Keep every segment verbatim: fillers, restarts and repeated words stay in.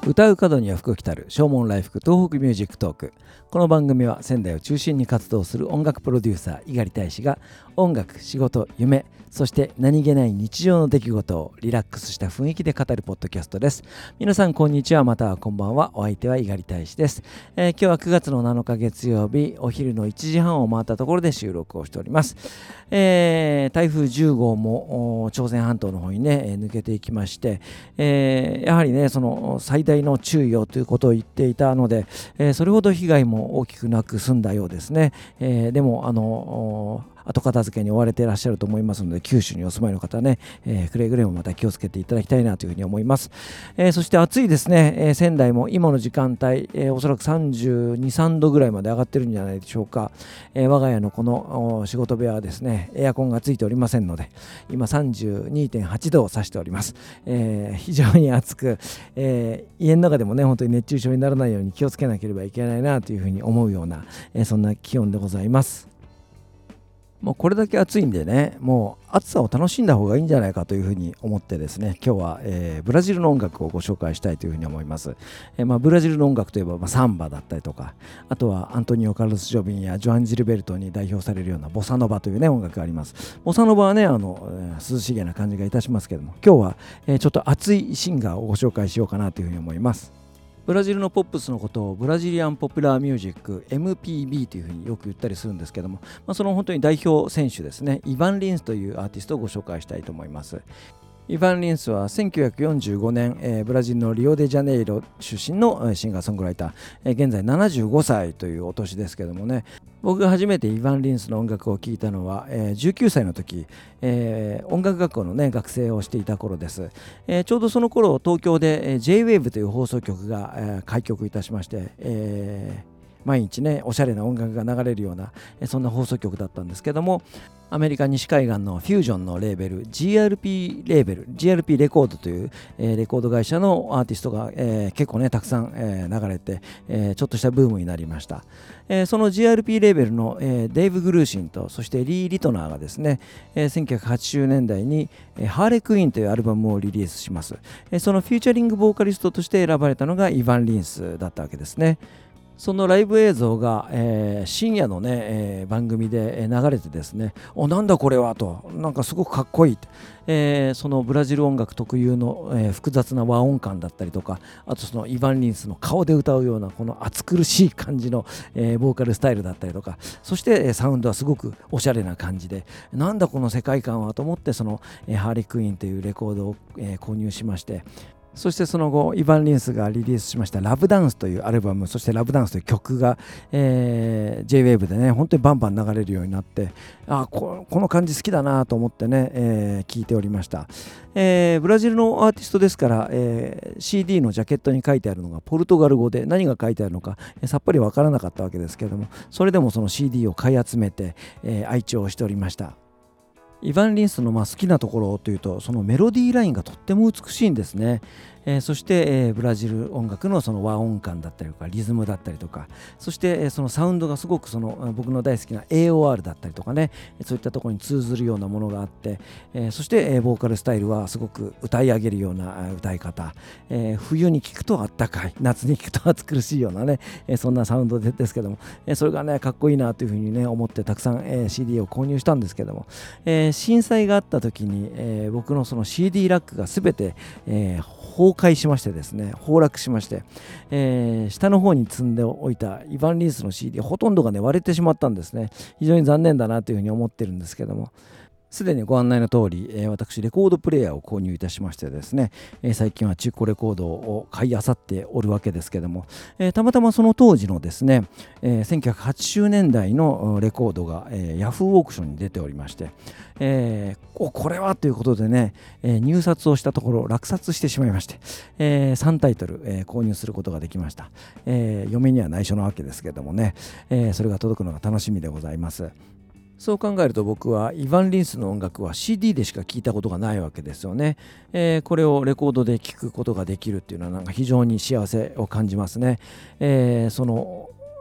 歌う角には福来たる正門来福東北ミュージックトーク。この番組は仙台を中心に活動する音楽プロデューサー猪狩大使が音楽、仕事、夢、そして何気ない日常の出来事をリラックスした雰囲気で語るポッドキャストです。皆さんこんにちは、またはこんばんは。お相手は猪狩大使です。えー、今日はくがつのなのか月曜日、お昼のいちじはんを回ったところで収録をしております。えー、台風じゅうごうも朝鮮半島の方にね抜けていきまして、えー、やはりねその最大の注意をということを言っていたので、えー、それほど被害も大きくなく済んだようですね。えー、でもあの後片付けに追われていらっしゃると思いますので、九州にお住まいの方はね、えー、くれぐれもまた気をつけていただきたいなというふうに思います。えー、そして暑いですね。えー、仙台も今の時間帯、えー、おそらくさんじゅうに、さんどぐらいまで上がってるんじゃないでしょうか。えー、我が家のこの仕事部屋はですね、エアコンがついておりませんので、今 さんじゅうにてんはちどを指しております。えー、非常に暑く、えー、家の中でもね本当に熱中症にならないように気をつけなければいけないなというふうに思うような、えー、そんな気温でございます。もうこれだけ暑いんでね、もう暑さを楽しんだ方がいいんじゃないかというふうに思ってですね、今日は、えー、ブラジルの音楽をご紹介したいというふうに思います。えーまあ、ブラジルの音楽といえば、まあ、サンバだったりとか、あとはアントニオ・カルロス・ジョビンやジョアン・ジルベルトに代表されるようなボサノバというね音楽があります。ボサノバはねあの、えー、涼しげな感じがいたしますけども、今日は、えー、ちょっと熱いシンガーをご紹介しようかなというふうに思います。ブラジルのポップスのことをブラジリアンポピュラーミュージック エムピービー というふうによく言ったりするんですけども、まあ、その本当に代表選手ですね、イヴァン・リンスというアーティストをご紹介したいと思います。イヴァン・リンスはせんきゅうひゃくよんじゅうごねん、えー、ブラジルのリオデジャネイロ出身のシンガーソングライター、えー、現在ななじゅうごさいというお年ですけどもね、僕が初めてイヴァン・リンスの音楽を聴いたのは、えー、じゅうきゅうさいの時、えー、音楽学校の、ね、学生をしていた頃です。えー、ちょうどその頃東京で、えー、ジェイウェーブ という放送局が、えー、開局いたしまして、えー毎日ねおしゃれな音楽が流れるようなそんな放送局だったんですけども、アメリカ西海岸のフュージョンのレーベル ジーアールピー レーベル ジーアールピー レコードという、えー、レコード会社のアーティストが、えー、結構ねたくさん、えー、流れて、えー、ちょっとしたブームになりました。えー、その ジーアールピー レーベルの、えー、デイブ・グルーシンとそしてリー・リトナーがですね、えー、せんきゅうひゃくはちじゅうねんだいに、えー、ハーレクイーンというアルバムをリリースします。えー、そのフューチャリングボーカリストとして選ばれたのがイヴァン・リンスだったわけですね。そのライブ映像が、えー、深夜のね、えー、番組で流れてですね、おなんだこれはと、なんかすごくかっこいい、えー、そのブラジル音楽特有の、えー、複雑な和音感だったりとか、あとそのイヴァン・リンスの顔で歌うようなこの暑苦しい感じの、えー、ボーカルスタイルだったりとか、そしてサウンドはすごくおしゃれな感じで、なんだこの世界観はと思ってその、えー、ハーレクイーンというレコードを、えー、購入しまして、そしてその後イヴァン・リンスがリリースしましたラブダンスというアルバム、そしてラブダンスという曲が、えー、ジェイウェーブ でね本当にバンバン流れるようになって、あここの感じ好きだなと思ってね、えー、聞いておりました。えー、ブラジルのアーティストですから、えー、シーディー のジャケットに書いてあるのがポルトガル語で、何が書いてあるのか、えー、さっぱりわからなかったわけですけれども、それでもその シーディー を買い集めて、えー、愛聴しておりました。イヴァン・リンスのまあ好きなところというと、そのメロディーラインがとっても美しいんですね。えー、そして、えー、ブラジル音楽のその和音感だったりとかリズムだったりとか、そして、えー、そのサウンドがすごくその僕の大好きな エーオーアール だったりとかね、そういったところに通ずるようなものがあって、えー、そして、えー、ボーカルスタイルはすごく歌い上げるような歌い方、えー、冬に聴くとあったかい、夏に聴くと暑苦しいようなね、えー、そんなサウンドでですけども、えー、それがねかっこいいなというふうにね思ってたくさん、えー、シーディー を購入したんですけども、えー、震災があった時に、えー、僕のその シーディー ラックがすべて、えー崩壊しましてですね、崩落しまして、えー、下の方に積んでおいたイヴァン・リンスの シーディー ほとんどがね割れてしまったんですね。非常に残念だなというふうに思ってるんですけども、すでにご案内の通り、えー、私レコードプレーヤーを購入いたしましてですね、えー、最近は中古レコードを買い漁っておるわけですけども、えー、たまたまその当時のですね、えー、せんきゅうひゃくはちじゅうねんだいのレコードが、えー、ヤフーオークションに出ておりまして、えー、おこれはということでね、えー、入札をしたところ落札してしまいまして、えー、さんタイトル、えー、購入することができました。えー、嫁には内緒なわけですけどもね、えー、それが届くのが楽しみでございます。そう考えると僕はイヴァン・リンスの音楽は シーディー でしか聴いたことがないわけですよね。えー、これをレコードで聴くことができるっていうのはなんか非常に幸せを感じますね。えー、その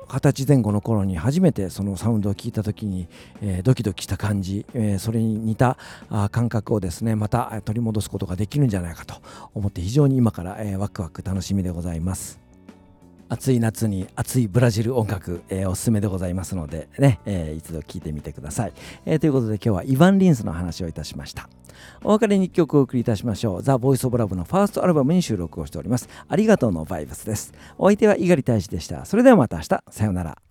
はたちぜん後の頃に初めてそのサウンドを聞いた時に、えー、ドキドキした感じ、えー、それに似たあ感覚をですねまた取り戻すことができるんじゃないかと思って非常に今から、えー、ワクワク楽しみでございます。暑い夏に熱いブラジル音楽、えー、おすすめでございますのでね、えー、一度聴いてみてください、えー、ということで今日はイヴァン・リンスの話をいたしました。お別れにいっきょくお送りいたしましょう。ザ・ボイス・オブ・ラブのファーストアルバムに収録をしておりますありがとうのバイブスです。お相手は猪狩大使でした。それではまた明日、さようなら。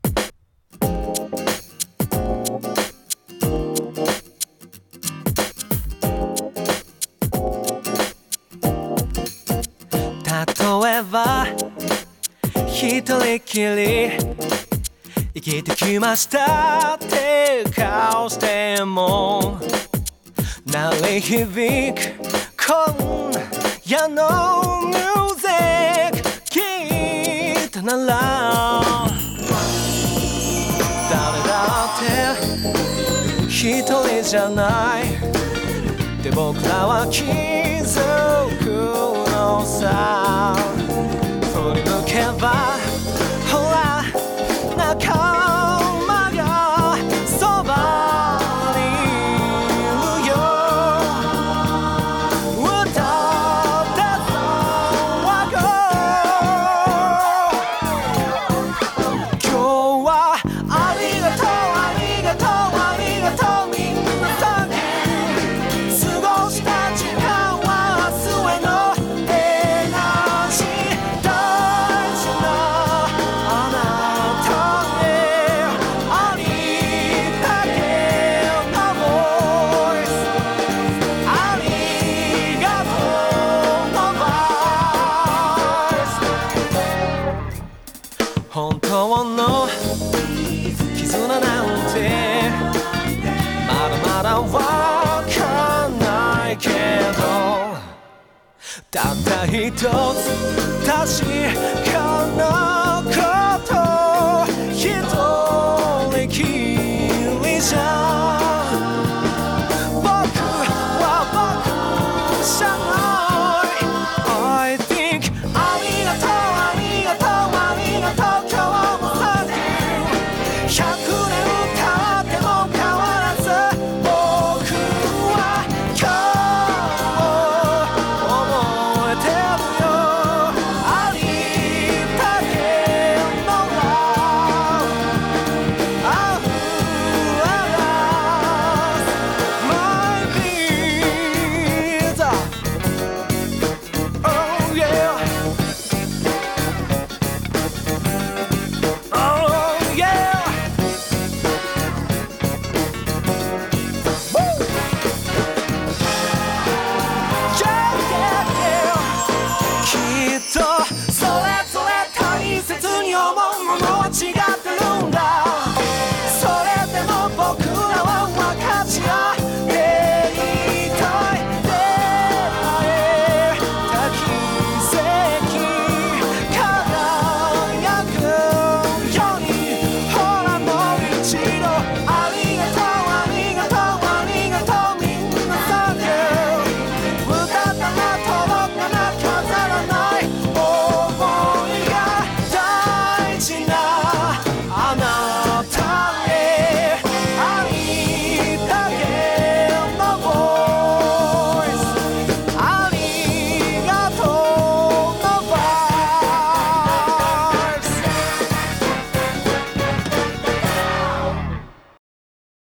例えば一人きり生きてきましたって顔しても鳴り響く今夜のミュージック聞いたなら誰だって一人じゃないで僕らは気づくのさ。振り向けばほら仲間がそばにいるよ。歌って騒ごう。今日はありがとうありがとうありがとうみんなさんに過ごした時間は明日へのエナジー大事なあなたへありだけのボイスありがとうのバイス本当の絆なんてまだまだわかんないけどたった一つ確かなこと一人きりじゃ